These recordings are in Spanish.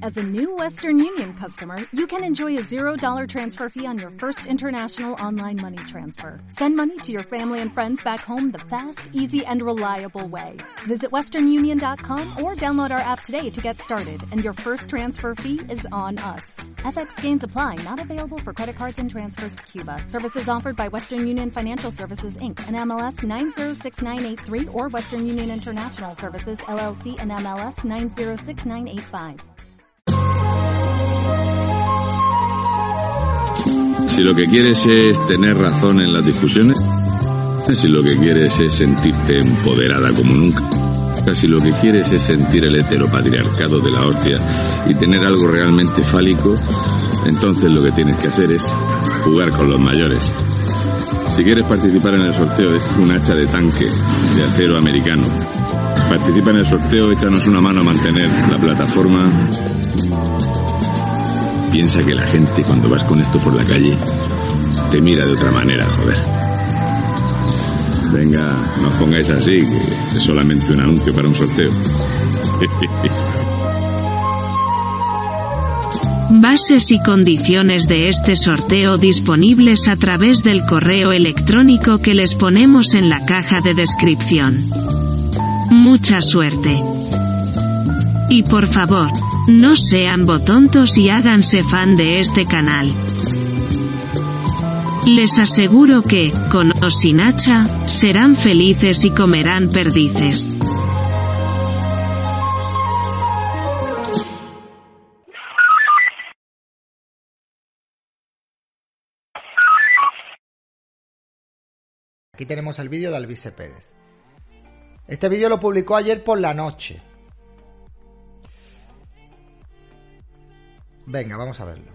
As a new Western Union customer, you can enjoy a $0 transfer fee on your first international online money transfer. Send money to your family and friends back home the fast, easy, and reliable way. Visit westernunion.com or download our app today to get started, and your first transfer fee is on us. FX gains apply, not available for credit cards and transfers to Cuba. Services offered by Western Union Financial Services, Inc., and MLS 906983, or Western Union International Services, LLC, and MLS 906985. Si lo que quieres es tener razón en las discusiones, si lo que quieres es sentirte empoderada como nunca, si lo que quieres es sentir el heteropatriarcado de la hostia y tener algo realmente fálico, entonces lo que tienes que hacer es jugar con los mayores. Si quieres participar en el sorteo de un hacha de tanque de acero americano, participa en el sorteo, échanos una mano a mantener la plataforma. Piensa que la gente, cuando vas con esto por la calle, te mira de otra manera, joder. Venga, no os pongáis así, que es solamente un anuncio para un sorteo. Bases y condiciones de este sorteo disponibles a través del correo electrónico que les ponemos en la caja de descripción. Mucha suerte. Y por favor, no sean botontos y háganse fan de este canal. Les aseguro que, con o sin hacha, serán felices y comerán perdices. Aquí tenemos el vídeo de Alvise Pérez. Este vídeo lo publicó ayer por la noche. Venga, vamos a verlo.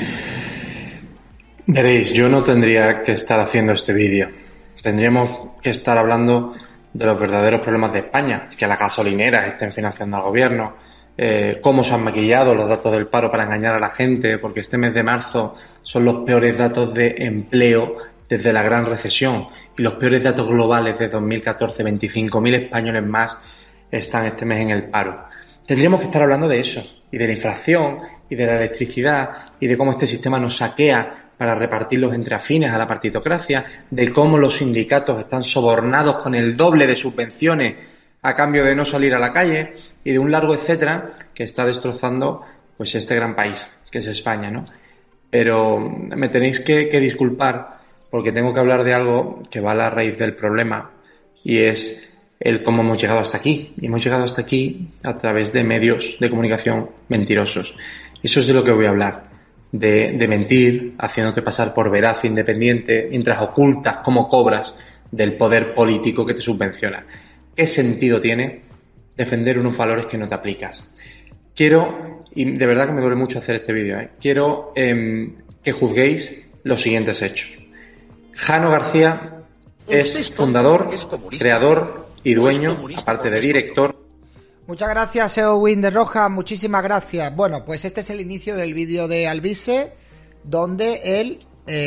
Veréis, yo no tendría que estar haciendo este vídeo. Tendríamos que estar hablando de los verdaderos problemas de España, que las gasolineras estén financiando al gobierno, cómo se han maquillado los datos del paro para engañar a la gente, porque este mes de marzo son los peores datos de empleo desde la gran recesión y los peores datos globales de 2014. 25.000 españoles más están este mes en el paro. Tendríamos que estar hablando de eso, y de la inflación, y de la electricidad, y de cómo este sistema nos saquea para repartirlos entre afines a la partitocracia, de cómo los sindicatos están sobornados con el doble de subvenciones a cambio de no salir a la calle, y de un largo etcétera que está destrozando pues este gran país, que es España, ¿no? Pero me tenéis que disculpar, porque tengo que hablar de algo que va a la raíz del problema, y es el cómo hemos llegado hasta aquí. Y hemos llegado hasta aquí a través de medios de comunicación mentirosos. Eso es de lo que voy a hablar. De mentir, haciéndote pasar por veraz, independiente, mientras ocultas cómo cobras del poder político que te subvenciona. ¿Qué sentido tiene defender unos valores que no te aplicas? Quiero, y de verdad que me duele mucho hacer este vídeo, quiero que juzguéis los siguientes hechos. Jano García es fundador, creador y dueño, aparte de director. Muchas gracias, Eowyn de Roja, muchísimas gracias. Bueno, pues este es el inicio del vídeo de Alvise, donde él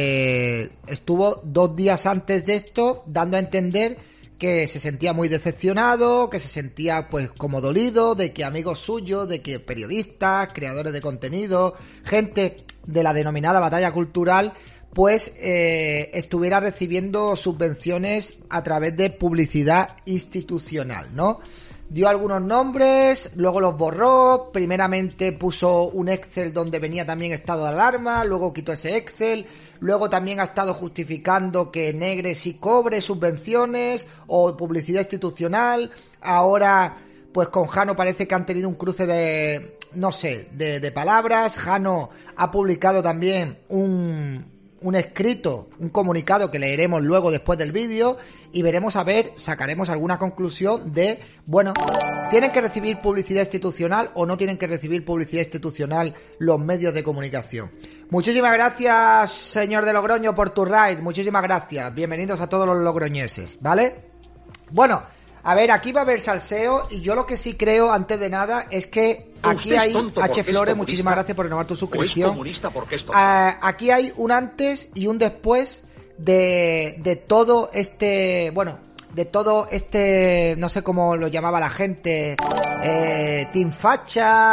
estuvo 2 días antes de esto dando a entender que se sentía muy decepcionado, que se sentía pues como dolido de que amigos suyos, de que periodistas, creadores de contenido, gente de la denominada batalla cultural, pues estuviera recibiendo subvenciones a través de publicidad institucional, ¿no? Dio algunos nombres, luego los borró, primeramente puso un Excel donde venía también estado de alarma, luego quitó ese Excel, luego también ha estado justificando que Negre sí cobre subvenciones o publicidad institucional. Ahora, pues con Jano parece que han tenido un cruce de, no sé, de palabras. Jano ha publicado también un escrito, un comunicado que leeremos luego después del vídeo y veremos a ver, sacaremos alguna conclusión de, bueno, ¿tienen que recibir publicidad institucional o no tienen que recibir publicidad institucional los medios de comunicación? Muchísimas gracias, señor de Logroño, por tu raid, muchísimas gracias, bienvenidos a todos los logroñeses, ¿vale? Bueno, a ver, aquí va a haber salseo y yo lo que sí creo, antes de nada, es que aquí hay H. Flores, muchísimas gracias por renovar tu suscripción. Aquí hay un antes y un después de todo este, bueno, de todo este, no sé cómo lo llamaba la gente, Team Facha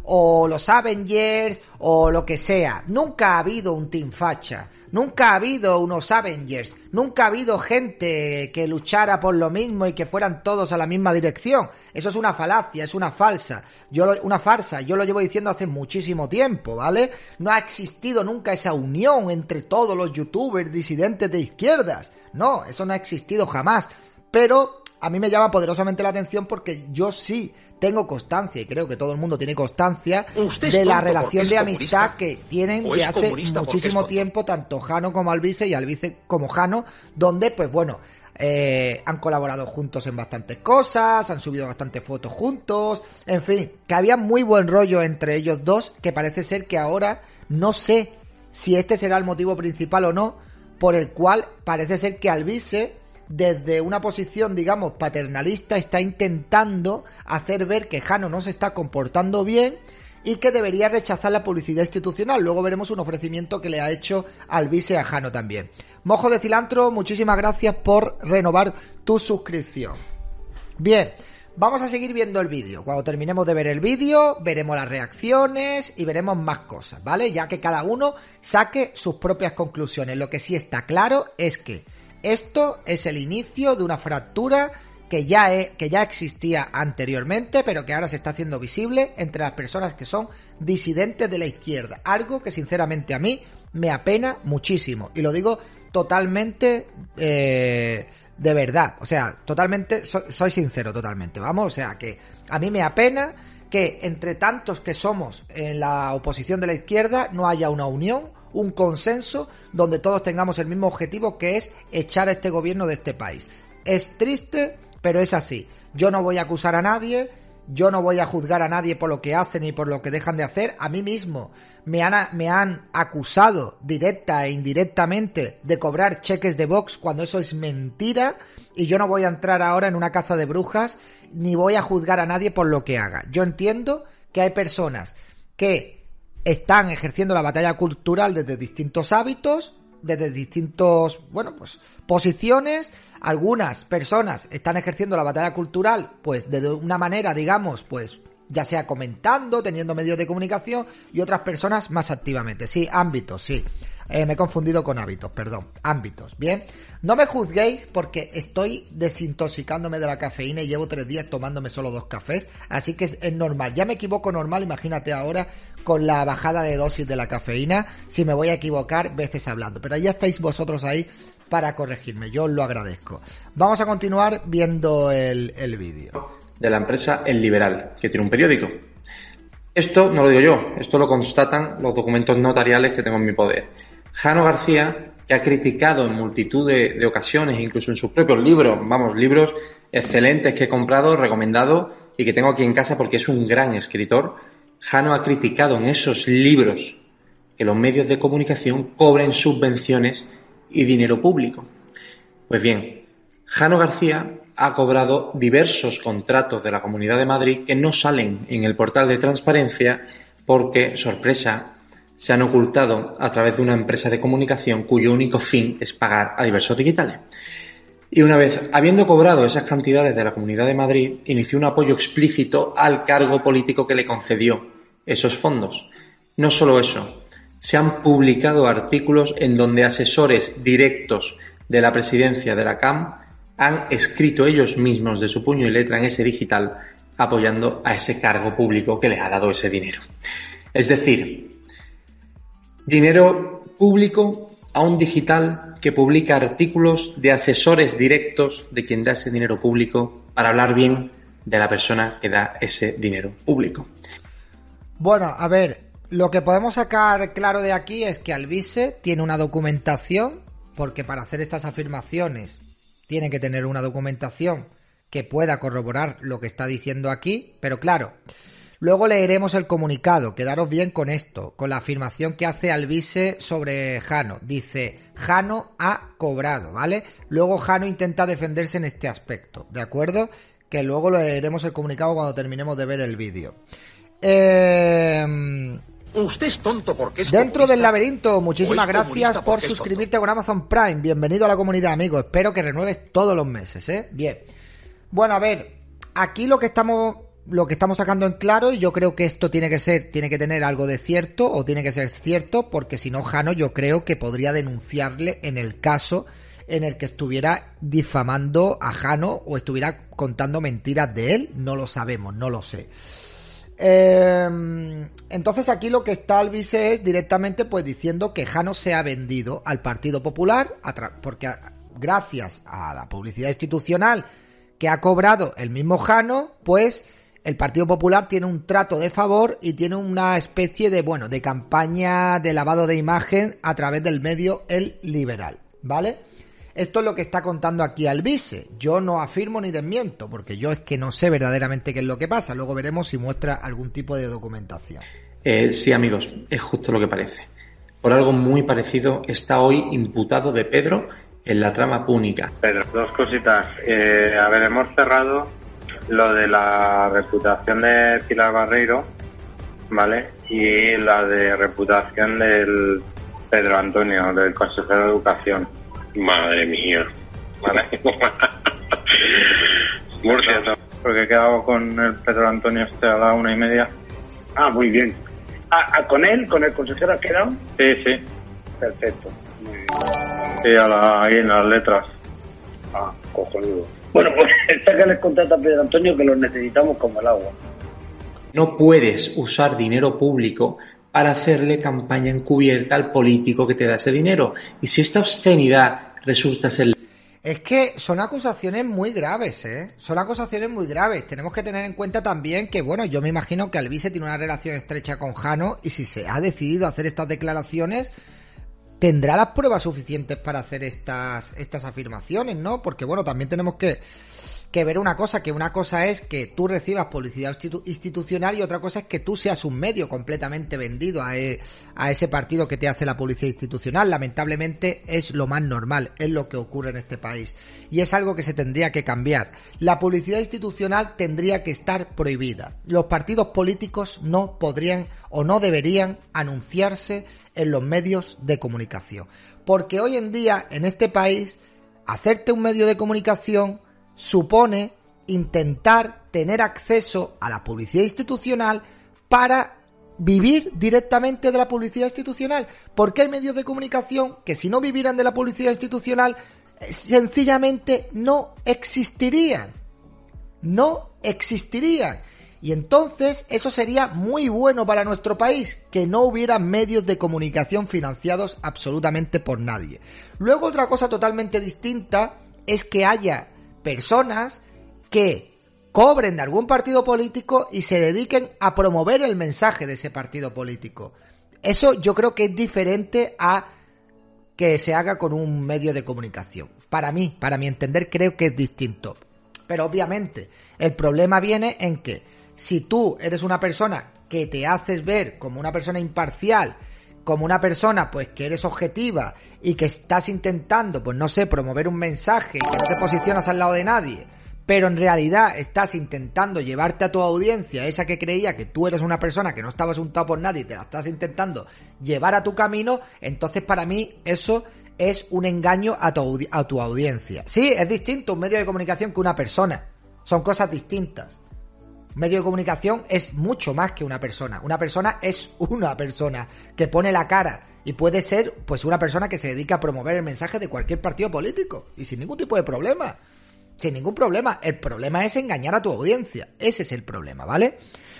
o los Avengers, o lo que sea. Nunca ha habido un Team Facha, nunca ha habido unos Avengers, nunca ha habido gente que luchara por lo mismo y que fueran todos a la misma dirección. Eso es una falacia, es una farsa. Una farsa, yo lo llevo diciendo hace muchísimo tiempo, ¿vale? No ha existido nunca esa unión entre todos los youtubers disidentes de izquierdas. No, eso no ha existido jamás. Pero a mí me llama poderosamente la atención porque yo sí tengo constancia, y creo que todo el mundo tiene constancia, de la relación de amistad que tienen de hace muchísimo tiempo, tanto Jano como Alvise y Alvise como Jano, donde, pues bueno, han colaborado juntos en bastantes cosas, han subido bastantes fotos juntos, en fin, que había muy buen rollo entre ellos dos, que parece ser que ahora, no sé si este será el motivo principal o no, por el cual parece ser que Alvise, desde una posición, digamos, paternalista, está intentando hacer ver que Jano no se está comportando bien y que debería rechazar la publicidad institucional. Luego veremos un ofrecimiento que le ha hecho Alvise a Jano también. Mojo de Cilantro, muchísimas gracias por renovar tu suscripción. Bien, vamos a seguir viendo el vídeo. Cuando terminemos de ver el vídeo, veremos las reacciones y veremos más cosas, ¿vale? Ya que cada uno saque sus propias conclusiones. Lo que sí está claro es que esto es el inicio de una fractura que ya existía anteriormente, pero que ahora se está haciendo visible entre las personas que son disidentes de la izquierda. Algo que sinceramente a mí me apena muchísimo. Y lo digo totalmente de verdad. O sea, totalmente, soy sincero totalmente. Vamos, o sea, que a mí me apena que entre tantos que somos en la oposición de la izquierda no haya una unión, un consenso donde todos tengamos el mismo objetivo, que es echar a este gobierno de este país. Es triste, pero es así. Yo no voy a acusar a nadie, yo no voy a juzgar a nadie por lo que hacen y por lo que dejan de hacer. A mí mismo me han acusado directa e indirectamente de cobrar cheques de Vox cuando eso es mentira, y yo no voy a entrar ahora en una caza de brujas ni voy a juzgar a nadie por lo que haga. Yo entiendo que hay personas que están ejerciendo la batalla cultural desde distintos hábitos, desde distintos, bueno, pues posiciones. Algunas personas están ejerciendo la batalla cultural pues de una manera, digamos, pues ya sea comentando, teniendo medios de comunicación, y otras personas más activamente. Sí, ámbitos, sí. Me he confundido con hábitos, perdón. Ámbitos, ¿bien? No me juzguéis porque estoy desintoxicándome de la cafeína y llevo 3 días tomándome solo 2 cafés, así que es normal. Ya me equivoco normal, imagínate ahora con la bajada de dosis de la cafeína, si me voy a equivocar veces hablando. Pero ya estáis vosotros ahí para corregirme, yo os lo agradezco. Vamos a continuar viendo el vídeo. De la empresa El Liberal, que tiene un periódico. Esto no lo digo yo, esto lo constatan los documentos notariales que tengo en mi poder. Jano García, que ha criticado en multitud de ocasiones, incluso en sus propios libros, libros excelentes que he comprado, recomendado y que tengo aquí en casa porque es un gran escritor. Jano ha criticado en esos libros que los medios de comunicación cobren subvenciones y dinero público. Pues bien, Jano García ha cobrado diversos contratos de la Comunidad de Madrid que no salen en el portal de transparencia porque, sorpresa, se han ocultado a través de una empresa de comunicación cuyo único fin es pagar a diversos digitales. Y una vez habiendo cobrado esas cantidades de la Comunidad de Madrid, inició un apoyo explícito al cargo político que le concedió esos fondos. No solo eso, se han publicado artículos en donde asesores directos de la presidencia de la CAM han escrito ellos mismos de su puño y letra en ese digital apoyando a ese cargo público que les ha dado ese dinero. Es decir, dinero público a un digital que publica artículos de asesores directos de quien da ese dinero público para hablar bien de la persona que da ese dinero público. Bueno, a ver, lo que podemos sacar claro de aquí es que Alvise tiene una documentación, porque para hacer estas afirmaciones tiene que tener una documentación que pueda corroborar lo que está diciendo aquí, pero claro, luego leeremos el comunicado, quedaros bien con esto, con la afirmación que hace Alvise sobre Jano. Dice, Jano ha cobrado, ¿vale? Luego Jano intenta defenderse en este aspecto, ¿de acuerdo? Que luego leeremos el comunicado cuando terminemos de ver el vídeo. Usted es tonto porque es Dentro del laberinto, muchísimas gracias por suscribirte con Amazon Prime. Bienvenido a la comunidad, amigo. Espero que renueves todos los meses, ¿eh? Bien. Bueno, a ver, aquí lo que estamos lo que estamos sacando en claro, y yo creo que esto tiene que tener algo de cierto, o tiene que ser cierto, porque si no, Jano yo creo que podría denunciarle en el caso en el que estuviera difamando a Jano o estuviera contando mentiras de él. No lo sabemos, no lo sé. Entonces aquí lo que está Alvise es directamente pues diciendo que Jano se ha vendido al Partido Popular porque gracias a la publicidad institucional que ha cobrado el mismo Jano, pues el Partido Popular tiene un trato de favor y tiene una especie de, bueno, de campaña de lavado de imagen a través del medio El Liberal, ¿vale? Esto es lo que está contando aquí Alvise. Yo no afirmo ni desmiento, porque yo es que no sé verdaderamente qué es lo que pasa. Luego veremos si muestra algún tipo de documentación. Sí, amigos, es justo lo que parece. Por algo muy parecido está hoy imputado de Pedro en la trama púnica. Pedro, dos cositas. A ver, hemos cerrado lo de la reputación de Pilar Barreiro, ¿vale? Y la de reputación del Pedro Antonio, del consejero de Educación. Madre mía. Vale. Murcia. Porque he quedado con el Pedro Antonio a la 1:30. Ah, muy bien. ¿Con él? ¿Con el consejero has quedado? Sí, sí. Perfecto. Muy bien. Sí, ahí en las letras. Ah, cojonudo. Bueno, pues sácales contrato a Pedro Antonio, que los necesitamos como el agua. No puedes usar dinero público para hacerle campaña encubierta al político que te da ese dinero. Y si esta obscenidad resulta ser... Es que son acusaciones muy graves, ¿eh? Son acusaciones muy graves. Tenemos que tener en cuenta también que, bueno, yo me imagino que Alvise tiene una relación estrecha con Jano, y si se ha decidido hacer estas declaraciones, tendrá las pruebas suficientes para hacer estas afirmaciones, ¿no? Porque, bueno, también tenemos que ver una cosa, que una cosa es que tú recibas publicidad institucional y otra cosa es que tú seas un medio completamente vendido a ese partido que te hace la publicidad institucional. Lamentablemente es lo más normal, es lo que ocurre en este país y es algo que se tendría que cambiar. La publicidad institucional tendría que estar prohibida. Los partidos políticos no podrían o no deberían anunciarse en los medios de comunicación, porque hoy en día en este país hacerte un medio de comunicación supone intentar tener acceso a la publicidad institucional para vivir directamente de la publicidad institucional, porque hay medios de comunicación que si no vivieran de la publicidad institucional sencillamente no existirían, y entonces eso sería muy bueno para nuestro país, que no hubiera medios de comunicación financiados absolutamente por nadie. Luego otra cosa totalmente distinta es que haya personas que cobren de algún partido político y se dediquen a promover el mensaje de ese partido político. Eso yo creo que es diferente a que se haga con un medio de comunicación. Para mi entender, creo que es distinto. Pero obviamente el problema viene en que si tú eres una persona que te haces ver como una persona imparcial, como una persona pues que eres objetiva y que estás intentando, pues no sé, promover un mensaje y que no te posicionas al lado de nadie, pero en realidad estás intentando llevarte a tu audiencia, esa que creía que tú eres una persona que no estabas untado por nadie y te la estás intentando llevar a tu camino, entonces para mí eso es un engaño a tu audiencia. Sí, es distinto un medio de comunicación que una persona, son cosas distintas. Un medio de comunicación es mucho más que una persona. Una persona es una persona que pone la cara y puede ser pues una persona que se dedica a promover el mensaje de cualquier partido político y sin ningún tipo de problema. Sin ningún problema. El problema es engañar a tu audiencia. Ese es el problema, ¿vale?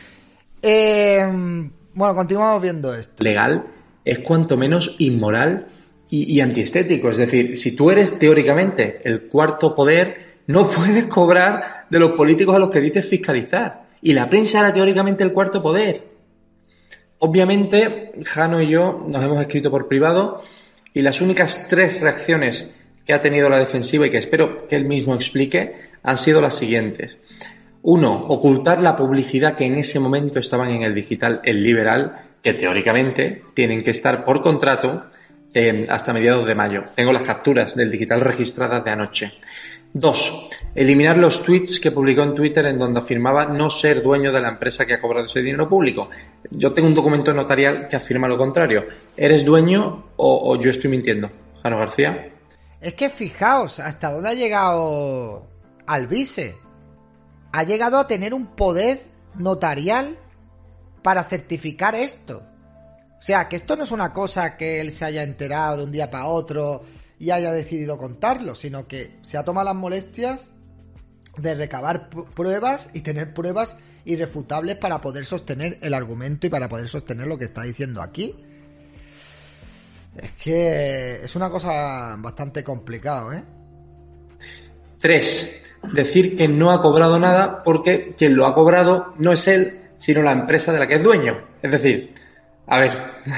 Bueno, continuamos viendo esto. Legal es cuanto menos inmoral y antiestético. Es decir, si tú eres teóricamente el cuarto poder, no puedes cobrar de los políticos a los que dices fiscalizar. Y la prensa era teóricamente el cuarto poder. Obviamente, Jano y yo nos hemos escrito por privado y las únicas 3 reacciones que ha tenido la defensiva y que espero que él mismo explique han sido las siguientes. 1. Ocultar la publicidad que en ese momento estaban en el digital El Liberal, que teóricamente tienen que estar por contrato hasta mediados de mayo. Tengo las capturas del digital registradas de anoche. 2. Eliminar los tweets que publicó en Twitter en donde afirmaba no ser dueño de la empresa que ha cobrado ese dinero público. Yo tengo un documento notarial que afirma lo contrario. ¿Eres dueño o yo estoy mintiendo? Jano García. Es que fijaos hasta dónde ha llegado Alvise. Ha llegado a tener un poder notarial para certificar esto. O sea, que esto no es una cosa que él se haya enterado de un día para otro y haya decidido contarlo, sino que se ha tomado las molestias de recabar pruebas y tener pruebas irrefutables para poder sostener el argumento y para poder sostener lo que está diciendo aquí. Es que es una cosa bastante complicado, ¿eh? 3. Decir que no ha cobrado nada porque quien lo ha cobrado no es él, sino la empresa de la que es dueño. Es decir, a ver,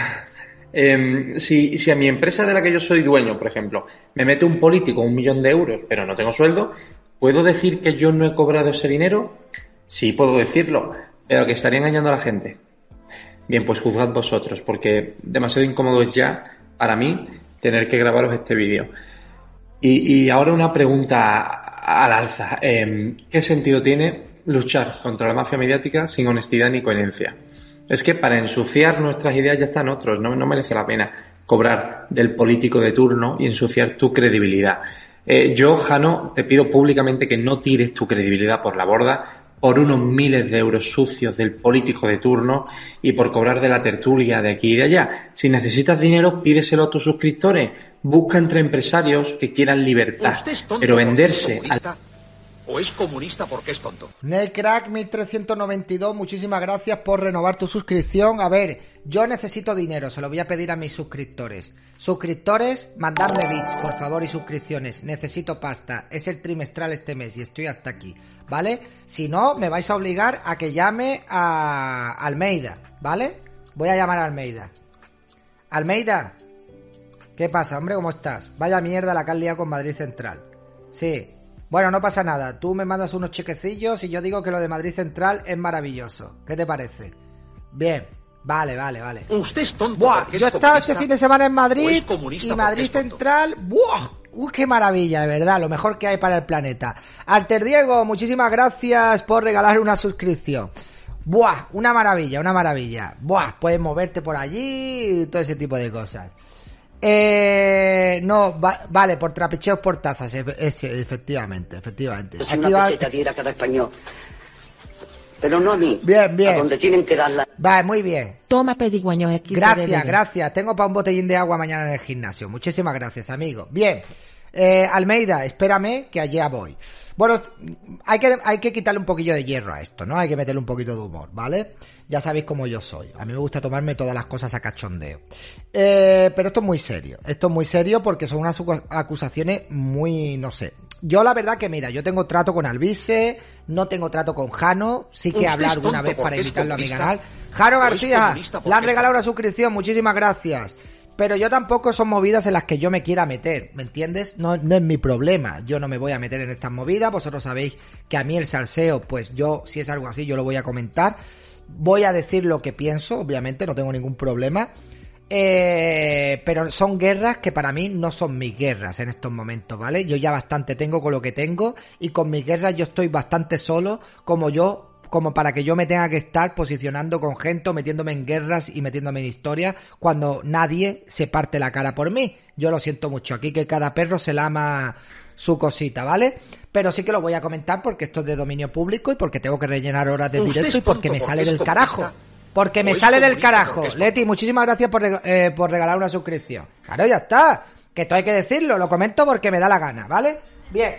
si a mi empresa de la que yo soy dueño, por ejemplo, me mete un político 1 millón de euros, pero no tengo sueldo, ¿puedo decir que yo no he cobrado ese dinero? Sí, puedo decirlo, pero que estaría engañando a la gente. Bien, pues juzgad vosotros, porque demasiado incómodo es ya para mí tener que grabaros este vídeo. Y ahora una pregunta al alza. ¿Qué sentido tiene luchar contra la mafia mediática sin honestidad ni coherencia? Es que para ensuciar nuestras ideas ya están otros, no merece la pena cobrar del político de turno y ensuciar tu credibilidad. Yo, Jano, te pido públicamente que no tires tu credibilidad por la borda por unos miles de euros sucios del político de turno y por cobrar de la tertulia de aquí y de allá. Si necesitas dinero, pídeselo a tus suscriptores. Busca entre empresarios que quieran libertad, pero venderse al... ¿O es comunista porque es tonto? Neilcrack 1392, muchísimas gracias por renovar tu suscripción. A ver, yo necesito dinero, se lo voy a pedir a mis suscriptores. Suscriptores, mandadme bits, por favor, y suscripciones. Necesito pasta, es el trimestral este mes y estoy hasta aquí, ¿vale? Si no, me vais a obligar a que llame a Almeida, ¿vale? Voy a llamar a Almeida. Almeida, ¿qué pasa, hombre? ¿Cómo estás? Vaya mierda la que has liado con Madrid Central. Sí. Bueno, no pasa nada. Tú me mandas unos chequecillos y yo digo que lo de Madrid Central es maravilloso. ¿Qué te parece? Bien. Vale. Usted es tonto. Buah, yo he estado este fin de semana en Madrid y Madrid Central... ¡Buah! ¡Qué maravilla, de verdad! Lo mejor que hay para el planeta. Alter Diego, muchísimas gracias por regalar una suscripción. ¡Buah! Una maravilla. ¡Buah! Puedes moverte por allí y todo ese tipo de cosas. No, vale, por trapicheos por tazas, efectivamente. Es una peseta tira cada español. Pero no a mí. Bien. A donde tienen que darla. Vale, muy bien. Toma pedigüeño X. Gracias. Tengo para un botellín de agua mañana en el gimnasio. Muchísimas gracias, amigo. Bien. Almeida, espérame que allá voy. Bueno, hay que quitarle un poquillo de hierro a esto, ¿no? Hay que meterle un poquito de humor, ¿vale? Ya sabéis cómo yo soy. A mí me gusta tomarme todas las cosas a cachondeo. Pero esto es muy serio. Porque son unas acusaciones muy, no sé. Yo la verdad que mira, yo tengo trato con Alvise, no tengo trato con Jano, sí que he hablado alguna vez para invitarlo a mi canal. Jano García, le han regalado una suscripción, muchísimas gracias. Pero yo tampoco son movidas en las que yo me quiera meter, ¿me entiendes? No es mi problema, yo no me voy a meter en estas movidas, vosotros sabéis que a mí el salseo, pues yo, si es algo así, yo lo voy a comentar. Voy a decir lo que pienso, obviamente, no tengo ningún problema. Pero son guerras que para mí no son mis guerras en estos momentos, ¿vale? Yo ya bastante tengo con lo que tengo y con mis guerras yo estoy bastante solo como para que yo me tenga que estar posicionando con gente o metiéndome en guerras y metiéndome en historias cuando nadie se parte la cara por mí. Yo lo siento mucho, aquí que cada perro se lama su cosita, ¿vale? Pero sí que lo voy a comentar porque esto es de dominio público y porque tengo que rellenar horas de directo y porque me sale del carajo. Porque me sale del carajo. Leti, muchísimas gracias por regalar una suscripción. Claro, ya está. Que esto hay que decirlo. Lo comento porque me da la gana, ¿vale? Bien.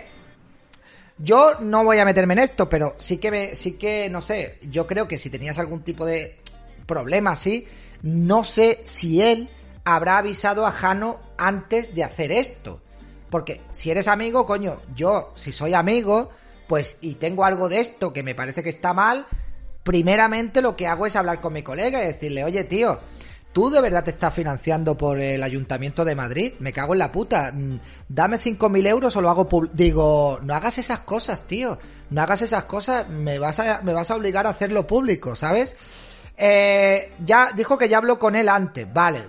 Yo no voy a meterme en esto, pero sí que, no sé. Yo creo que si tenías algún tipo de problema así, no sé si él habrá avisado a Jano antes de hacer esto. Porque si eres amigo, coño, yo, si soy amigo, pues, y tengo algo de esto que me parece que está mal, primeramente lo que hago es hablar con mi colega y decirle, oye, tío, ¿tú de verdad te estás financiando por el Ayuntamiento de Madrid? Me cago en la puta. Dame 5.000 euros o lo hago digo, no hagas esas cosas, tío. No hagas esas cosas, me vas a obligar a hacerlo público, ¿sabes? Ya dijo que ya habló con él antes. Vale.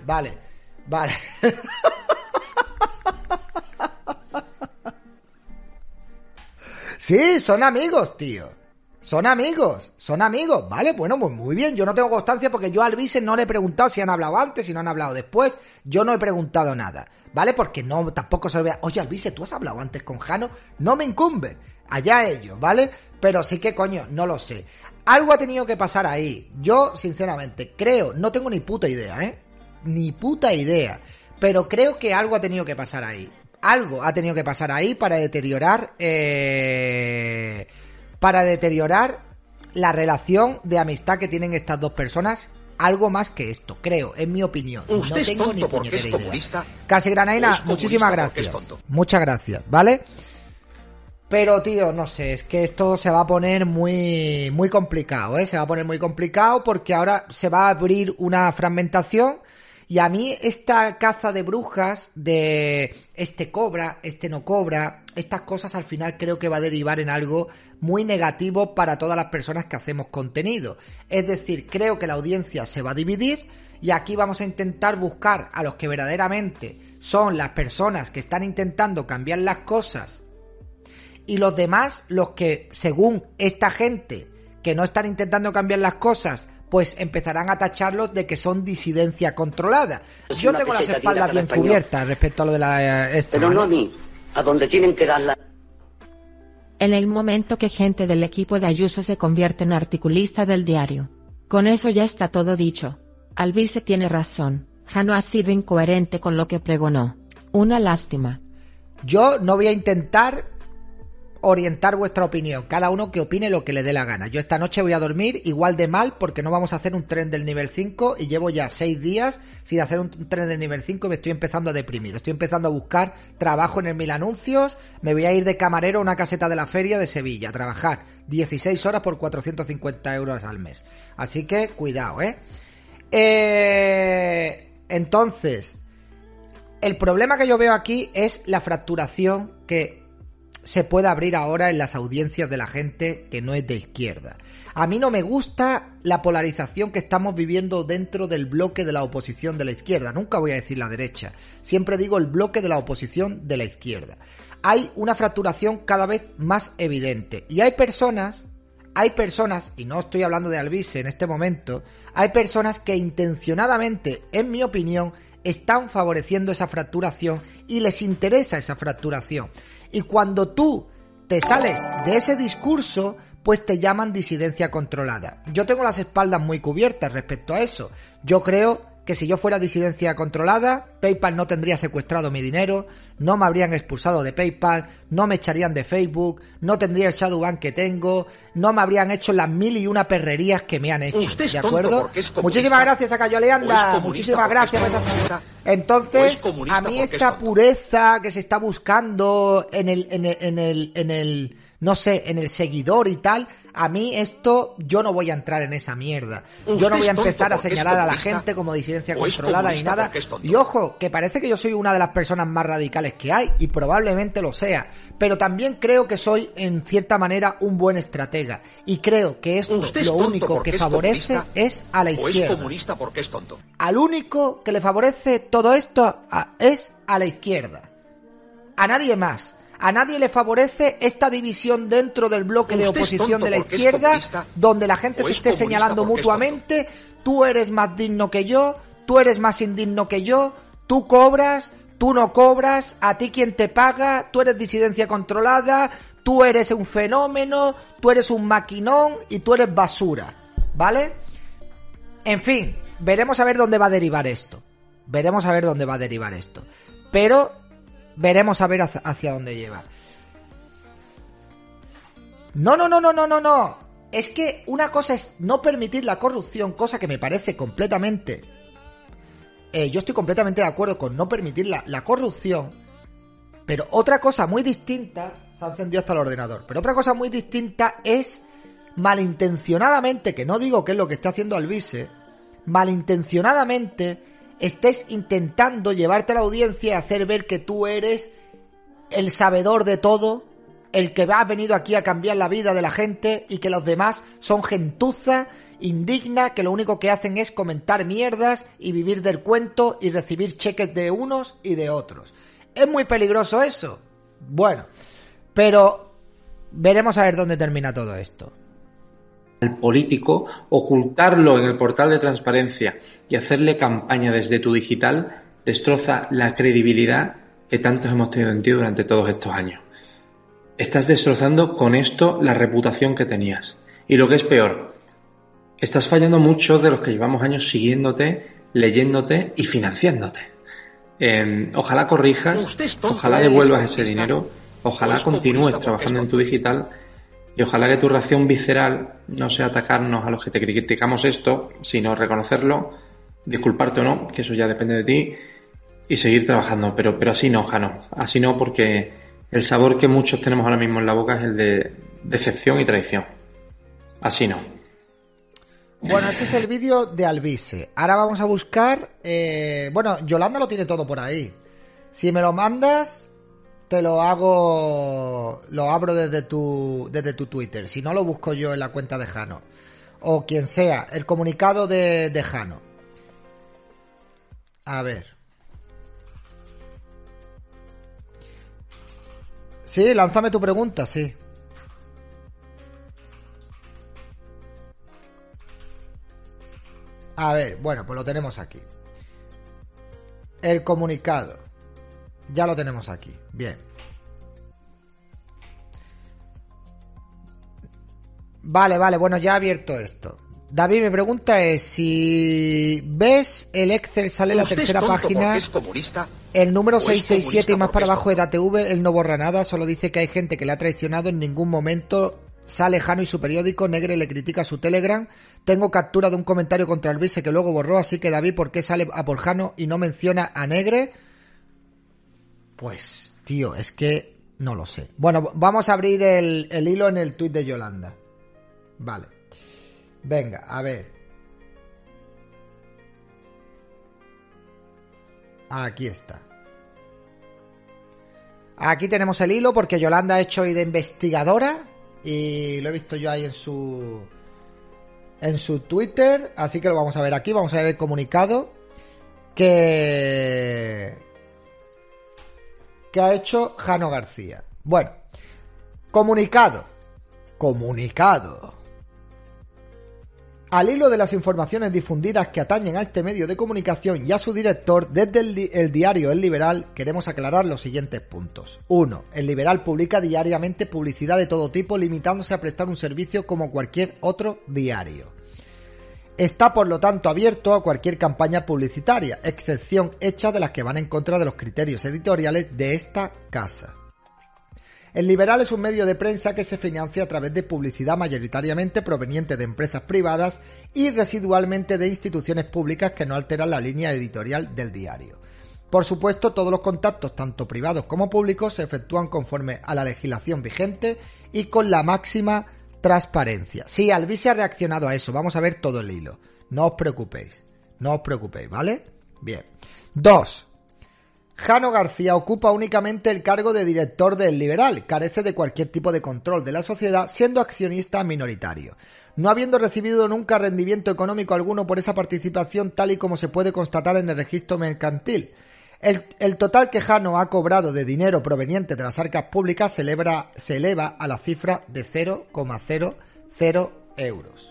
Sí, son amigos, tío. Son amigos, ¿vale? Bueno, pues muy bien, yo no tengo constancia porque yo a Alvise no le he preguntado si han hablado antes, si no han hablado después, yo no he preguntado nada, ¿vale? Porque no, tampoco se lo vea, oye Alvise, ¿tú has hablado antes con Jano? No me incumbe, allá ellos, ¿vale? Pero sí que, coño, no lo sé. algo ha tenido que pasar ahí. Yo, sinceramente, creo, no tengo ni puta idea, ni puta idea, pero creo que algo ha tenido que pasar ahí. Algo ha tenido que pasar ahí para deteriorar la relación de amistad que tienen estas dos personas. Algo más que esto, creo, en mi opinión. No tengo ni puñetera idea. Casi Granaina, muchísimas gracias. Muchas gracias, ¿vale? Pero, tío, no sé, es que esto se va a poner muy, muy complicado, Se va a poner muy complicado porque ahora se va a abrir una fragmentación. Y a mí esta caza de brujas, de este cobra, este no cobra, estas cosas al final creo que va a derivar en algo muy negativo para todas las personas que hacemos contenido. Es decir, creo que la audiencia se va a dividir y aquí vamos a intentar buscar a los que verdaderamente son las personas que están intentando cambiar las cosas y los demás, los que según esta gente que no están intentando cambiar las cosas, pues empezarán a tacharlos de que son disidencia controlada. Yo tengo las espaldas bien cubiertas respecto a lo de la... Pero no a mí, a donde tienen que darla. En el momento que gente del equipo de Ayuso se convierte en articulista del diario. Con eso ya está todo dicho. Alvise tiene razón, Jano ha sido incoherente con lo que pregonó. Una lástima. Yo no voy a intentar orientar vuestra opinión, cada uno que opine lo que le dé la gana. Yo esta noche voy a dormir igual de mal porque no vamos a hacer un tren del nivel 5 y llevo ya 6 días sin hacer un tren del nivel 5 y me estoy empezando a deprimir. Estoy empezando a buscar trabajo en el Mil Anuncios, me voy a ir de camarero a una caseta de la feria de Sevilla a trabajar 16 horas por 450 euros al mes. Así que cuidado, Entonces, el problema que yo veo aquí es la fracturación que se puede abrir ahora en las audiencias de la gente que no es de izquierda. A mí no me gusta la polarización que estamos viviendo dentro del bloque de la oposición de la izquierda. Nunca voy a decir la derecha. Siempre digo el bloque de la oposición de la izquierda. Hay una fracturación cada vez más evidente. Y hay personas, y no estoy hablando de Alvise en este momento, hay personas que intencionadamente, en mi opinión, están favoreciendo esa fracturación y les interesa esa fracturación. Y cuando tú te sales de ese discurso, pues te llaman disidencia controlada. Yo tengo las espaldas muy cubiertas respecto a eso. Yo creo que si yo fuera disidencia controlada, PayPal no tendría secuestrado mi dinero, no me habrían expulsado de PayPal, no me echarían de Facebook, no tendría el Shadowban que tengo, no me habrían hecho las 1001 perrerías que me han hecho, ¿de acuerdo? Muchísimas gracias a Cayoleanda, muchísimas gracias. Entonces, a mí esta pureza que se está buscando en el no sé, en el seguidor y tal, a mí esto, yo no voy a entrar en esa mierda. Yo no voy a empezar a señalar a la gente como disidencia controlada ni nada. Y ojo, que parece que yo soy una de las personas más radicales que hay, y probablemente lo sea. Pero también creo que soy, en cierta manera, un buen estratega. Y creo que esto, lo único que favorece es a la izquierda. Es comunista porque es tonto. Al único que le favorece todo esto es a la izquierda. A nadie más. A nadie le favorece esta división dentro del bloque de oposición de la izquierda, donde la gente se esté señalando mutuamente: tú eres más digno que yo, tú eres más indigno que yo, tú cobras, tú no cobras, a ti quién te paga, tú eres disidencia controlada, tú eres un fenómeno, tú eres un maquinón y tú eres basura, ¿vale? En fin, veremos a ver dónde va a derivar esto. Pero veremos a ver hacia dónde lleva. No. Es que una cosa es no permitir la corrupción, cosa que me parece completamente... yo estoy completamente de acuerdo con no permitir la corrupción, pero otra cosa muy distinta... Se ha encendido hasta el ordenador. Pero otra cosa muy distinta es malintencionadamente, que no digo que es lo que está haciendo Alvise, malintencionadamente estés intentando llevarte a la audiencia y hacer ver que tú eres el sabedor de todo, el que ha venido aquí a cambiar la vida de la gente, y que los demás son gentuza indigna que lo único que hacen es comentar mierdas y vivir del cuento y recibir cheques de unos y de otros. ¿Es muy peligroso eso? Bueno, pero veremos a ver dónde termina todo esto. Al político, ocultarlo en el portal de transparencia y hacerle campaña desde tu digital destroza la credibilidad que tantos hemos tenido en ti durante todos estos años. Estás destrozando con esto la reputación que tenías. Y lo que es peor, estás fallando muchos de los que llevamos años siguiéndote, leyéndote y financiándote. Ojalá corrijas, ojalá devuelvas ese dinero, ojalá continúes trabajando en tu digital y ojalá que tu reacción visceral no sea atacarnos a los que te criticamos esto, sino reconocerlo, disculparte o no, que eso ya depende de ti, y seguir trabajando. Pero así no, Jano, así no, porque el sabor que muchos tenemos ahora mismo en la boca es el de decepción y traición. Así no. Bueno, este es el vídeo de Alvise. Ahora vamos a buscar... bueno, Yolanda lo tiene todo por ahí. Si me lo mandas, te lo hago... Lo abro desde tu Twitter. Si no, lo busco yo en la cuenta de Jano. O quien sea. El comunicado de Jano. A ver. Sí, lánzame tu pregunta, sí. A ver, bueno, pues lo tenemos aquí. El comunicado. Ya lo tenemos aquí. Bien. Vale, bueno, ya he abierto esto. David, mi pregunta es, si ves el Excel, sale la tercera página, el número 667 y más para abajo de DATV, él no borra nada, solo dice que hay gente que le ha traicionado, en ningún momento sale Jano y su periódico, Negre le critica su Telegram, tengo captura de un comentario contra Alvise que luego borró, así que David, ¿por qué sale a por Jano y no menciona a Negre? Pues, tío, es que no lo sé. Bueno, vamos a abrir el hilo en el tuit de Yolanda. Vale. Venga, a ver. Aquí está. Aquí tenemos el hilo porque Yolanda ha hecho hoy de investigadora y lo he visto yo ahí en su Twitter, así que lo vamos a ver aquí. Vamos a ver el comunicado que ha hecho Jano García. Bueno, comunicado. Al hilo de las informaciones difundidas que atañen a este medio de comunicación y a su director, desde el diario El Liberal queremos aclarar los siguientes puntos. 1. El Liberal publica diariamente publicidad de todo tipo, limitándose a prestar un servicio como cualquier otro diario. Está, por lo tanto, abierto a cualquier campaña publicitaria, excepción hecha de las que van en contra de los criterios editoriales de esta casa. El Liberal es un medio de prensa que se financia a través de publicidad mayoritariamente proveniente de empresas privadas y residualmente de instituciones públicas que no alteran la línea editorial del diario. Por supuesto, todos los contactos, tanto privados como públicos, se efectúan conforme a la legislación vigente y con la máxima transparencia. Sí, Alvise ha reaccionado a eso. Vamos a ver todo el hilo. No os preocupéis, ¿vale? Bien. 2. Jano García ocupa únicamente el cargo de director del Liberal, carece de cualquier tipo de control de la sociedad, siendo accionista minoritario, no habiendo recibido nunca rendimiento económico alguno por esa participación, tal y como se puede constatar en el registro mercantil. El total que Jano ha cobrado de dinero proveniente de las arcas públicas se eleva a la cifra de 0,00 euros.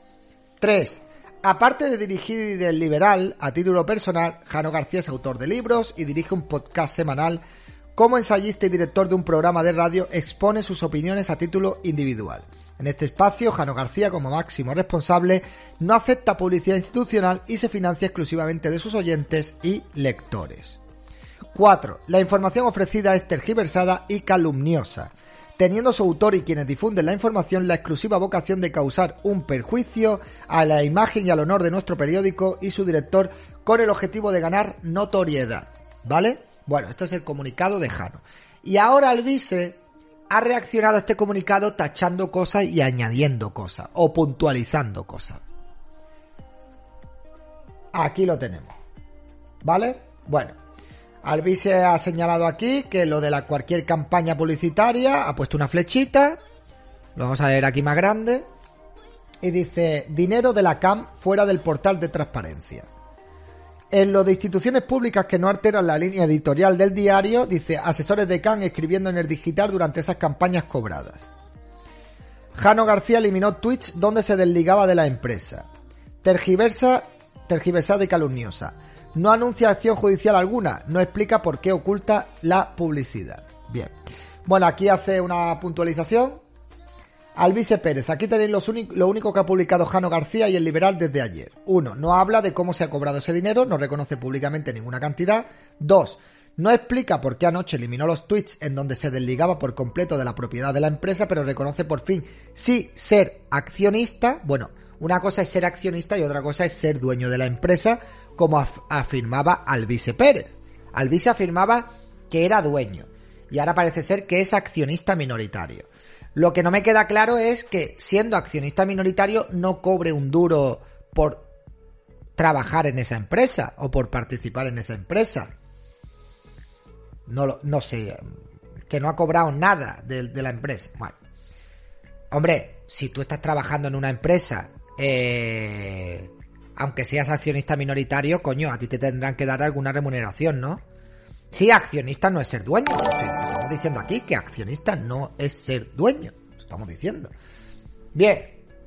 3. Aparte de dirigir El Liberal, a título personal, Jano García es autor de libros y dirige un podcast semanal. Como ensayista y director de un programa de radio, expone sus opiniones a título individual. En este espacio, Jano García, como máximo responsable, no acepta publicidad institucional y se financia exclusivamente de sus oyentes y lectores. 4. La información ofrecida es tergiversada y calumniosa, teniendo su autor y quienes difunden la información la exclusiva vocación de causar un perjuicio a la imagen y al honor de nuestro periódico y su director con el objetivo de ganar notoriedad, ¿vale? Bueno, esto es el comunicado de Jano. Y ahora Alvise ha reaccionado a este comunicado tachando cosas y añadiendo cosas, o puntualizando cosas. Aquí lo tenemos, ¿vale? Bueno. Alvise ha señalado aquí que lo de cualquier campaña publicitaria ha puesto una flechita, lo vamos a ver aquí más grande, y dice dinero de la CAM fuera del portal de transparencia. En lo de instituciones públicas que no alteran la línea editorial del diario, dice asesores de CAM escribiendo en el digital durante esas campañas cobradas. Jano García eliminó tweets donde se desligaba de la empresa. Tergiversada y calumniosa. No anuncia acción judicial alguna, no explica por qué oculta la publicidad. Bien. Bueno, aquí hace una puntualización. Alvise Pérez, aquí tenéis lo único que ha publicado Jano García y El Liberal desde ayer. 1. No habla de cómo se ha cobrado ese dinero, no reconoce públicamente ninguna cantidad. 2. No explica por qué anoche eliminó los tweets en donde se desligaba por completo de la propiedad de la empresa, pero reconoce por fin sí ser accionista. Bueno, una cosa es ser accionista y otra cosa es ser dueño de la empresa, como afirmaba Alvise Pérez. Alvise afirmaba que era dueño y ahora parece ser que es accionista minoritario. Lo que no me queda claro es que, siendo accionista minoritario, no cobre un duro por trabajar en esa empresa o por participar en esa empresa. No sé, que no ha cobrado nada de la empresa. Bueno, hombre, si tú estás trabajando en una empresa, aunque seas accionista minoritario, coño, a ti te tendrán que dar alguna remuneración, ¿no? Sí, accionista no es ser dueño. Estamos diciendo aquí que accionista no es ser dueño. Estamos diciendo. Bien.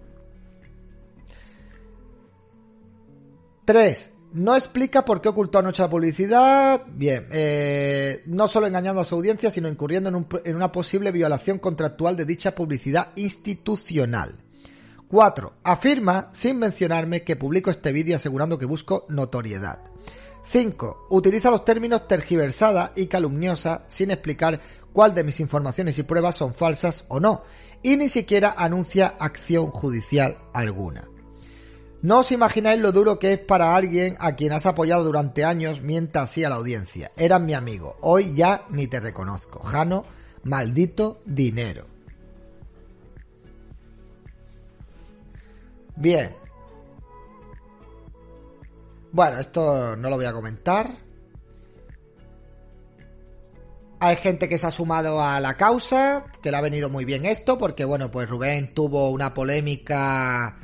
3. No explica por qué ocultó anoche la publicidad. Bien. No solo engañando a su audiencia, sino incurriendo en una posible violación contractual de dicha publicidad institucional. 4. Afirma, sin mencionarme, que publico este vídeo asegurando que busco notoriedad. 5. Utiliza los términos tergiversada y calumniosa sin explicar cuál de mis informaciones y pruebas son falsas o no, y ni siquiera anuncia acción judicial alguna. No os imagináis lo duro que es para alguien a quien has apoyado durante años, mienta así a la audiencia. Eras mi amigo, hoy ya ni te reconozco. Jano, maldito dinero. Bien. Bueno, esto no lo voy a comentar. Hay gente que se ha sumado a la causa, que le ha venido muy bien esto, porque bueno, pues Rubén tuvo una polémica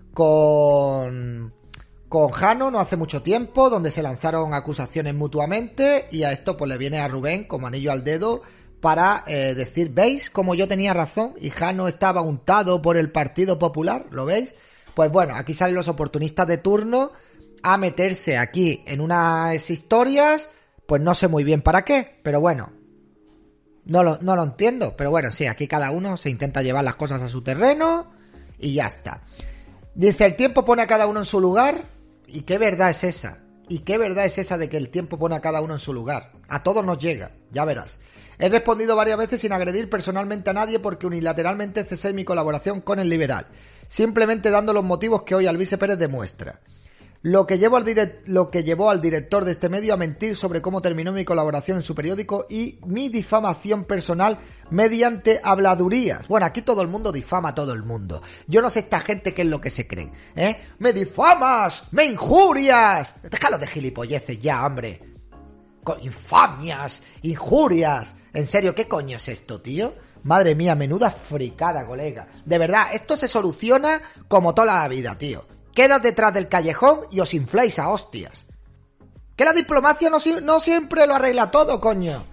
con Jano no hace mucho tiempo, donde se lanzaron acusaciones mutuamente, y a esto pues le viene a Rubén como anillo al dedo para decir, ¿veis cómo yo tenía razón? Y Jano estaba untado por el Partido Popular, ¿lo veis? Pues bueno, aquí salen los oportunistas de turno a meterse aquí en unas historias, pues no sé muy bien para qué, pero bueno, no lo entiendo, pero bueno, sí, aquí cada uno se intenta llevar las cosas a su terreno y ya está. Dice, el tiempo pone a cada uno en su lugar, ¿y qué verdad es esa? ¿Y qué verdad es esa de que el tiempo pone a cada uno en su lugar? A todos nos llega, ya verás. He respondido varias veces sin agredir personalmente a nadie porque unilateralmente cesé mi colaboración con El Liberal, simplemente dando los motivos que hoy Alvise Pérez demuestra. Lo que llevó al director de este medio a mentir sobre cómo terminó mi colaboración en su periódico y mi difamación personal mediante habladurías. Bueno, aquí todo el mundo difama a todo el mundo. Yo no sé esta gente qué es lo que se creen, ¿eh? ¡Me difamas! ¡Me injurias! Déjalo de gilipolleces ya, hombre. Con infamias, injurias. En serio, ¿qué coño es esto, tío? Madre mía, menuda fricada, colega. De verdad, esto se soluciona como toda la vida, tío. Quedad detrás del callejón y os infláis a hostias. Que la diplomacia no siempre lo arregla todo, coño.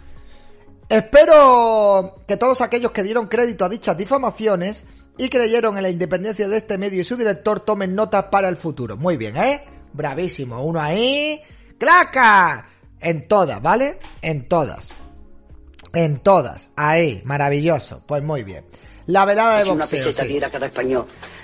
Espero que todos aquellos que dieron crédito a dichas difamaciones y creyeron en la independencia de este medio y su director tomen notas para el futuro. Muy bien, ¿eh? Bravísimo. Uno ahí. ¡Claca! En todas, ¿vale? En todas. En todas. Ahí. Maravilloso. Pues muy bien. La velada de boxeo. Una peseta diera cada español.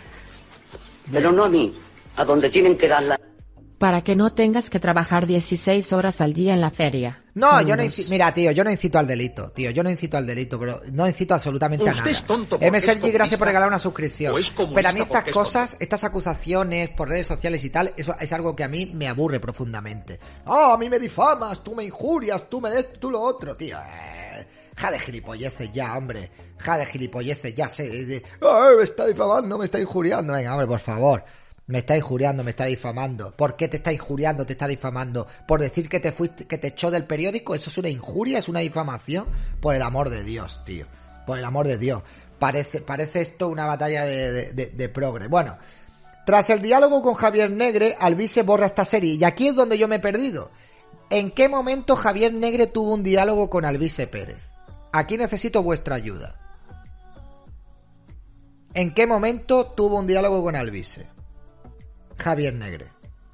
Pero no a mí. A donde tienen que darla. Para que no tengas que trabajar 16 horas al día en la feria. No, Saludos. yo no incito, mira, tío, yo no incito al delito, tío, yo no incito al delito, pero no incito absolutamente a nada. MSLG, gracias por regalar una suscripción. Pero a mí estas cosas, estas acusaciones por redes sociales y tal, eso es algo que a mí me aburre profundamente. Oh, a mí me difamas, tú me injurias, tú me des, tú lo otro, tío. Ja de gilipolleces ya, hombre. Ja de gilipolleces ya, sé. Me está difamando, me está injuriando. Venga, hombre, por favor. Me está injuriando, me está difamando. ¿Por qué te está injuriando, te está difamando? ¿Por decir que te fuiste, que te echó del periódico? ¿Eso es una injuria? ¿Es una difamación? Por el amor de Dios, tío. Por el amor de Dios. Parece esto una batalla de progre. Bueno, tras el diálogo con Javier Negre, Alvise borra esta serie. Y aquí es donde yo me he perdido. ¿En qué momento Javier Negre tuvo un diálogo con Alvise Pérez? Aquí necesito vuestra ayuda. ¿En qué momento tuvo un diálogo con Alvise Javier Negre?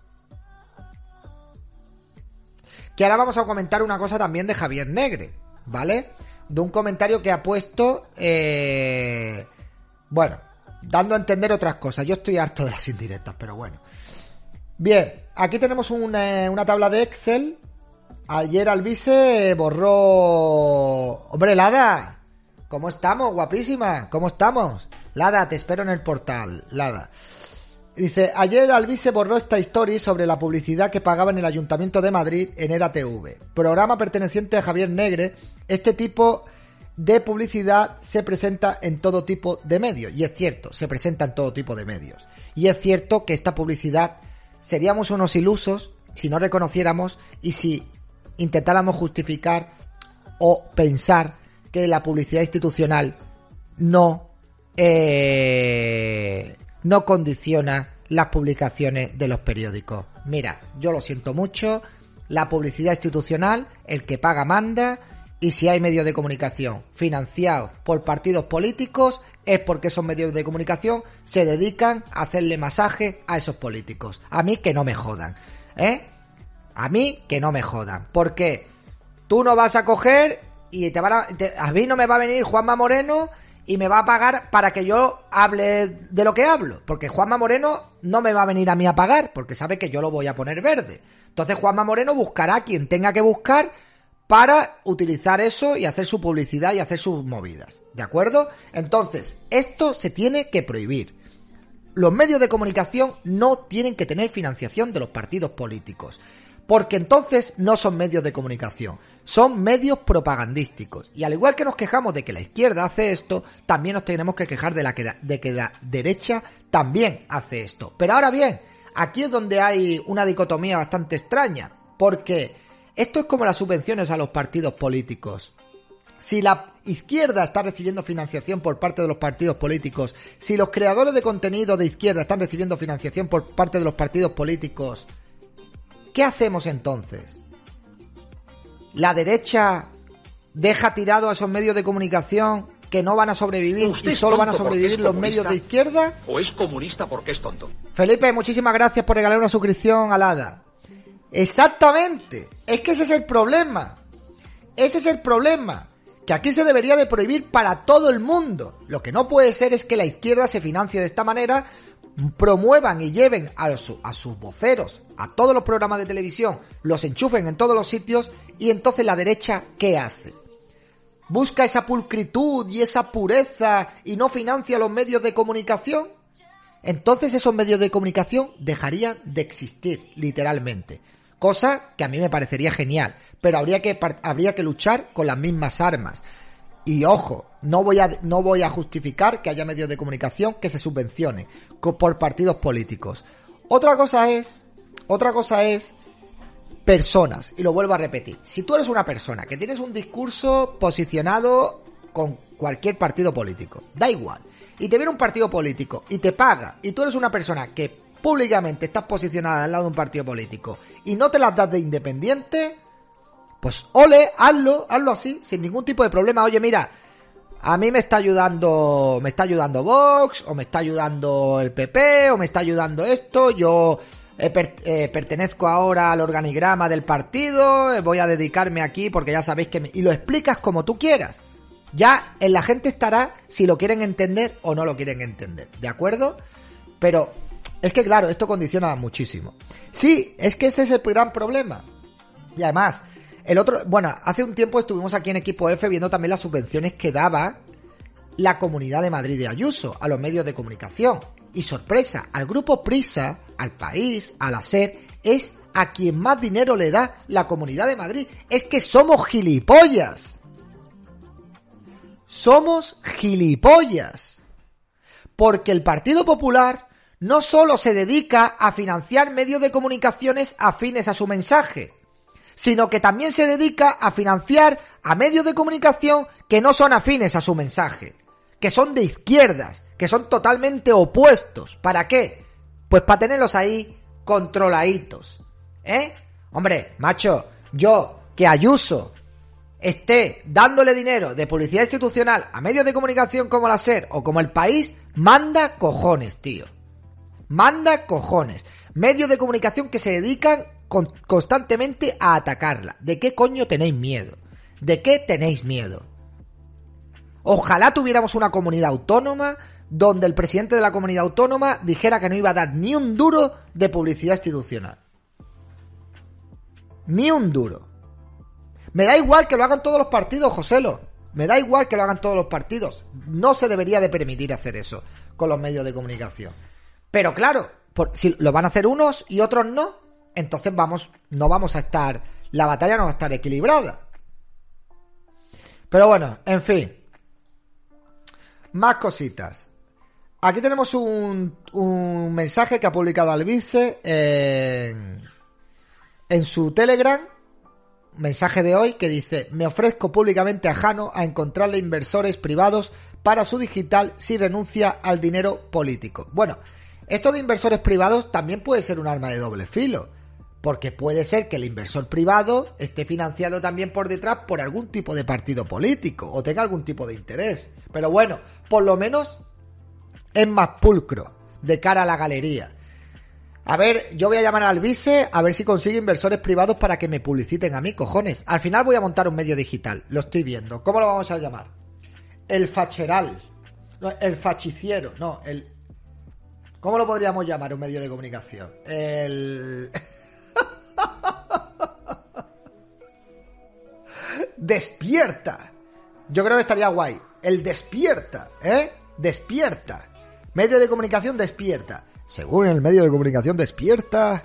Que ahora vamos a comentar una cosa también de Javier Negre, ¿vale? De un comentario que ha puesto Bueno, dando a entender otras cosas. Yo estoy harto de las indirectas, pero bueno. Bien, aquí tenemos una tabla de Excel. Ayer Alvise borró... Hombre, Lada, ¿cómo estamos? Guapísima, ¿cómo estamos? Lada, te espero en el portal, Lada. Dice, ayer Alvise borró esta historia sobre la publicidad que pagaba en el Ayuntamiento de Madrid en EDATV, programa perteneciente a Javier Negre. Este tipo de publicidad se presenta en todo tipo de medios, y es cierto, se presenta en todo tipo de medios. Y es cierto que esta publicidad seríamos unos ilusos si no reconociéramos y si intentáramos justificar o pensar que la publicidad institucional no condiciona las publicaciones de los periódicos. Mira, yo lo siento mucho, la publicidad institucional, el que paga manda, y si hay medios de comunicación financiados por partidos políticos, es porque esos medios de comunicación se dedican a hacerle masaje a esos políticos. A mí que no me jodan, ¿eh? A mí que no me jodan, porque tú no vas a coger y a mí no me va a venir Juanma Moreno y me va a pagar para que yo hable de lo que hablo, porque Juanma Moreno no me va a venir a mí a pagar, porque sabe que yo lo voy a poner verde. Entonces Juanma Moreno buscará a quien tenga que buscar para utilizar eso y hacer su publicidad y hacer sus movidas, ¿de acuerdo? Entonces, esto se tiene que prohibir. Los medios de comunicación no tienen que tener financiación de los partidos políticos, porque entonces no son medios de comunicación, son medios propagandísticos. Y al igual que nos quejamos de que la izquierda hace esto, también nos tenemos que quejar de que la derecha también hace esto. Pero ahora bien, aquí es donde hay una dicotomía bastante extraña, porque esto es como las subvenciones a los partidos políticos. Si la izquierda está recibiendo financiación por parte de los partidos políticos, si los creadores de contenido de izquierda están recibiendo financiación por parte de los partidos políticos, ¿qué hacemos entonces? ¿La derecha deja tirado a esos medios de comunicación que no van a sobrevivir y solo van a sobrevivir los medios de izquierda? ¿O es comunista porque es tonto? Felipe, muchísimas gracias por regalar una suscripción al Hada. Exactamente, es que ese es el problema. Ese es el problema, que aquí se debería de prohibir para todo el mundo. Lo que no puede ser es que la izquierda se financie de esta manera, promuevan y lleven a sus voceros a todos los programas de televisión, los enchufen en todos los sitios, y entonces la derecha, ¿qué hace? ¿Busca esa pulcritud y esa pureza y no financia los medios de comunicación? Entonces esos medios de comunicación dejarían de existir, literalmente. Cosa que a mí me parecería genial, pero habría que luchar con las mismas armas. Y ojo, no voy a justificar que haya medios de comunicación que se subvencionen por partidos políticos. Otra cosa es personas, y lo vuelvo a repetir. Si tú eres una persona que tienes un discurso posicionado con cualquier partido político, da igual, y te viene un partido político y te paga, y tú eres una persona que públicamente estás posicionada al lado de un partido político y no te las das de independiente, pues ole, hazlo así, sin ningún tipo de problema. Oye, mira, a mí me está ayudando Vox, o me está ayudando el PP, o me está ayudando esto, yo pertenezco ahora al organigrama del partido, voy a dedicarme aquí porque ya sabéis que... Y lo explicas como tú quieras. Ya en la gente estará si lo quieren entender o no lo quieren entender, ¿de acuerdo? Pero es que claro, esto condiciona muchísimo. Sí, es que ese es el gran problema. Y además, hace un tiempo estuvimos aquí en Equipo F viendo también las subvenciones que daba la Comunidad de Madrid de Ayuso a los medios de comunicación. Y sorpresa, al Grupo Prisa, al País, a la SER, es a quien más dinero le da la Comunidad de Madrid. Es que somos gilipollas. Somos gilipollas. Porque el Partido Popular no solo se dedica a financiar medios de comunicaciones afines a su mensaje, sino que también se dedica a financiar a medios de comunicación que no son afines a su mensaje, que son de izquierdas, que son totalmente opuestos. ¿Para qué? Pues para tenerlos ahí controladitos, ¿eh? Hombre, macho, que Ayuso esté dándole dinero de publicidad institucional a medios de comunicación como la SER o como El País, manda cojones, tío. Manda cojones. Medios de comunicación que se dedican constantemente a atacarla. ¿De qué coño tenéis miedo? ¿De qué tenéis miedo? Ojalá tuviéramos una comunidad autónoma donde el presidente de la comunidad autónoma dijera que no iba a dar ni un duro de publicidad institucional. Ni un duro. Me da igual que lo hagan todos los partidos, Joselo. Me da igual que lo hagan todos los partidos. No se debería de permitir hacer eso con los medios de comunicación. Pero claro, si lo van a hacer unos y otros no, entonces no vamos a estar... La batalla no va a estar equilibrada. Pero bueno, en fin. Más cositas. Aquí tenemos un mensaje que ha publicado Albice en su Telegram. Mensaje de hoy que dice: me ofrezco públicamente a Jano a encontrarle inversores privados para su digital si renuncia al dinero político. Bueno, esto de inversores privados también puede ser un arma de doble filo, porque puede ser que el inversor privado esté financiado también por detrás por algún tipo de partido político o tenga algún tipo de interés. Pero bueno, por lo menos es más pulcro de cara a la galería. A ver, yo voy a llamar al Albice a ver si consigue inversores privados para que me publiciten a mí, cojones. Al final voy a montar un medio digital, lo estoy viendo. ¿Cómo lo vamos a llamar? El facheral. No, el fachiciero. No, el... ¿Cómo lo podríamos llamar un medio de comunicación? El... Despierta. Yo creo que estaría guay. El Despierta, ¿eh? Despierta. Medio de comunicación Despierta. Según el medio de comunicación Despierta.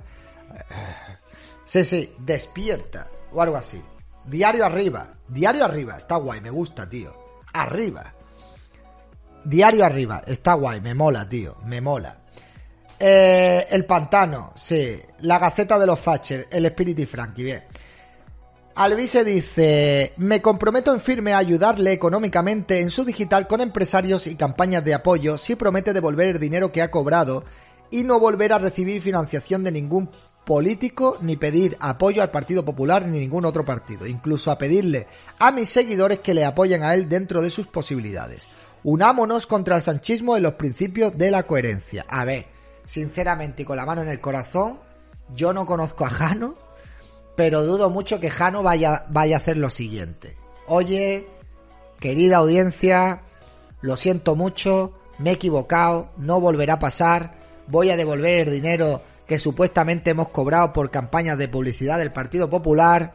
Sí, Despierta. O algo así. Diario Arriba. Diario Arriba. Está guay, me gusta, tío. Arriba. Diario Arriba. Está guay, me mola, tío. Me mola. El Pantano. Sí. La Gaceta de los Thatcher. El Spirit y Frankie. Bien. Albice dice: me comprometo en firme a ayudarle económicamente en su digital con empresarios y campañas de apoyo si promete devolver el dinero que ha cobrado y no volver a recibir financiación de ningún político ni pedir apoyo al Partido Popular ni ningún otro partido, incluso a pedirle a mis seguidores que le apoyen a él dentro de sus posibilidades. Unámonos contra el sanchismo en los principios de la coherencia. A ver, sinceramente y con la mano en el corazón, yo no conozco a Jano, pero dudo mucho que Jano vaya a hacer lo siguiente: oye, querida audiencia, lo siento mucho, me he equivocado, no volverá a pasar, voy a devolver el dinero que supuestamente hemos cobrado por campañas de publicidad del Partido Popular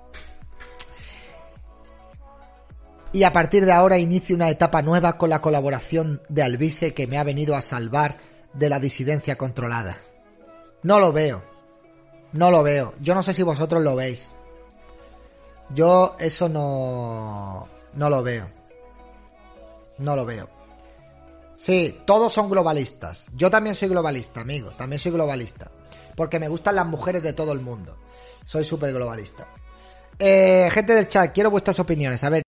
y a partir de ahora inicio una etapa nueva con la colaboración de Albice, que me ha venido a salvar de la disidencia controlada. No lo veo. No lo veo. Yo no sé si vosotros lo veis. Yo eso no lo veo. No lo veo. Sí, todos son globalistas. Yo también soy globalista, amigo. También soy globalista. Porque me gustan las mujeres de todo el mundo. Soy súper globalista. Gente del chat, quiero vuestras opiniones. A ver.